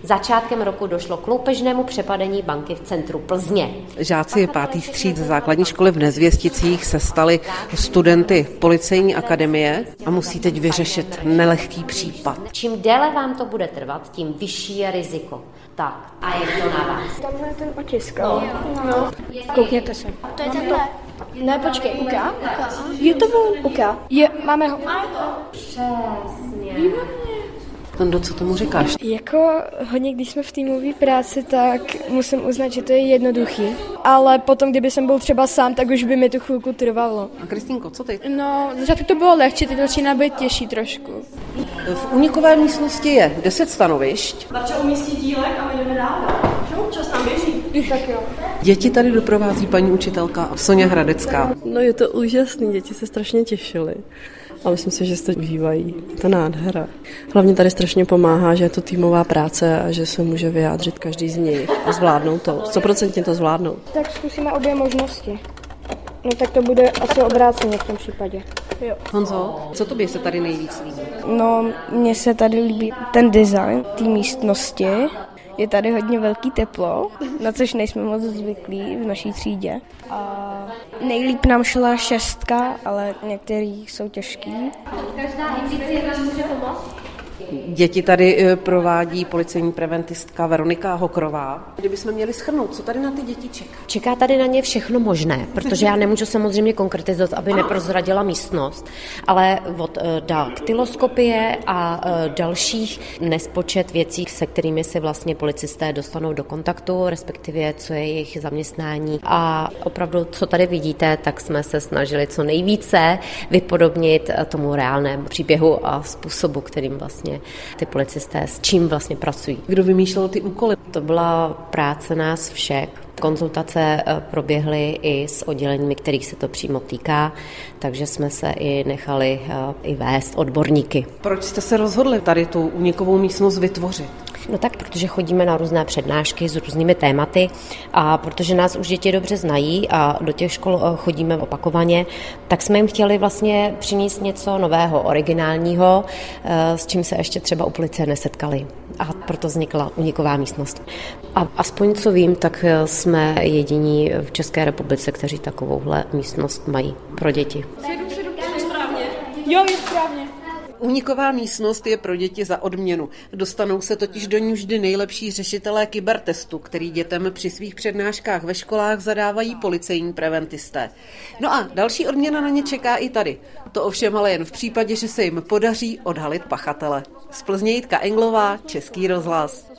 Začátkem roku došlo k loupežnému přepadení banky v centru Plzně. Žáci 5. tříd ze základní školy v Nezvěsticích se stali studenty Policejní akademie a musí teď vyřešit nelehký případ. Čím déle vám to bude trvat, tím vyšší je riziko. Tak, a je to na vás. Tamhle je ten otisk, no. Koukněte se. To je takhle. Ne, počkej, uká? Je to on? Uká. Máme ho. Přesně. Tondo, co tomu říkáš? Jako hodně, když jsme v týmové práci, tak musím uznat, že to je jednoduchý. Ale potom, kdyby jsem byl třeba sám, tak už by mi tu chvilku trvalo. A Kristýnko, co ty? No, začátku to bylo lehčí, teď začíná být těžší trošku. V únikové místnosti je 10 stanovišť. Barča umístí dílek a my jdeme dál. Čas nám běží. Tak jo. Děti tady doprovází paní učitelka Soňa Hradecká. No je to úžasný, děti se strašně těšily. A myslím si, že se to užívají. To nádhera. Hlavně tady strašně pomáhá, že je to týmová práce a že se může vyjádřit každý z nich a zvládnout to. 100% to zvládnou. Tak zkusíme obě možnosti. No tak to bude asi obráceně v tom případě. Jo. Honzo, co tobě se tady nejvíc líbí? No, mně se tady líbí ten design té místnosti. Je tady hodně velký teplo, na což nejsme moc zvyklí v naší třídě. A nejlíp nám šla 6, ale některý jsou těžký. Každá indicie nám může pomoct. Děti tady provádí policejní preventistka Veronika Hokrová. Kdybychom měli shrnout, co tady na ty děti čeká? Čeká tady na ně všechno možné, protože já nemůžu samozřejmě konkretizovat, aby neprozradila místnost, ale od daktyloskopie a dalších nespočet věcí, se kterými si vlastně policisté dostanou do kontaktu, respektive co je jejich zaměstnání. A opravdu, co tady vidíte, tak jsme se snažili co nejvíce vypodobnit tomu reálnému příběhu a způsobu, kterým vlastně ty policisté s čím vlastně pracují. Kdo vymýšlel ty úkoly? To byla práce nás všech. Konzultace proběhly i s odděleními, kterých se to přímo týká, takže jsme se i nechali i vést odborníky. Proč jste se rozhodli tady tu únikovou místnost vytvořit? No tak, protože chodíme na různé přednášky s různými tématy a protože nás už děti dobře znají a do těch škol chodíme opakovaně, tak jsme jim chtěli vlastně přinést něco nového, originálního, s čím se ještě třeba u policie nesetkali. A proto vznikla úniková místnost. A aspoň co vím, tak jsme jediní v České republice, kteří takovouhle místnost mají pro děti. Jo, je správně. Úniková místnost je pro děti za odměnu. Dostanou se totiž do ní vždy nejlepší řešitelé kybertestu, který dětem při svých přednáškách ve školách zadávají policejní preventisté. No a další odměna na ně čeká i tady. To ovšem ale jen v případě, že se jim podaří odhalit pachatele. Z Plzně Jitka Englová, Český rozhlas.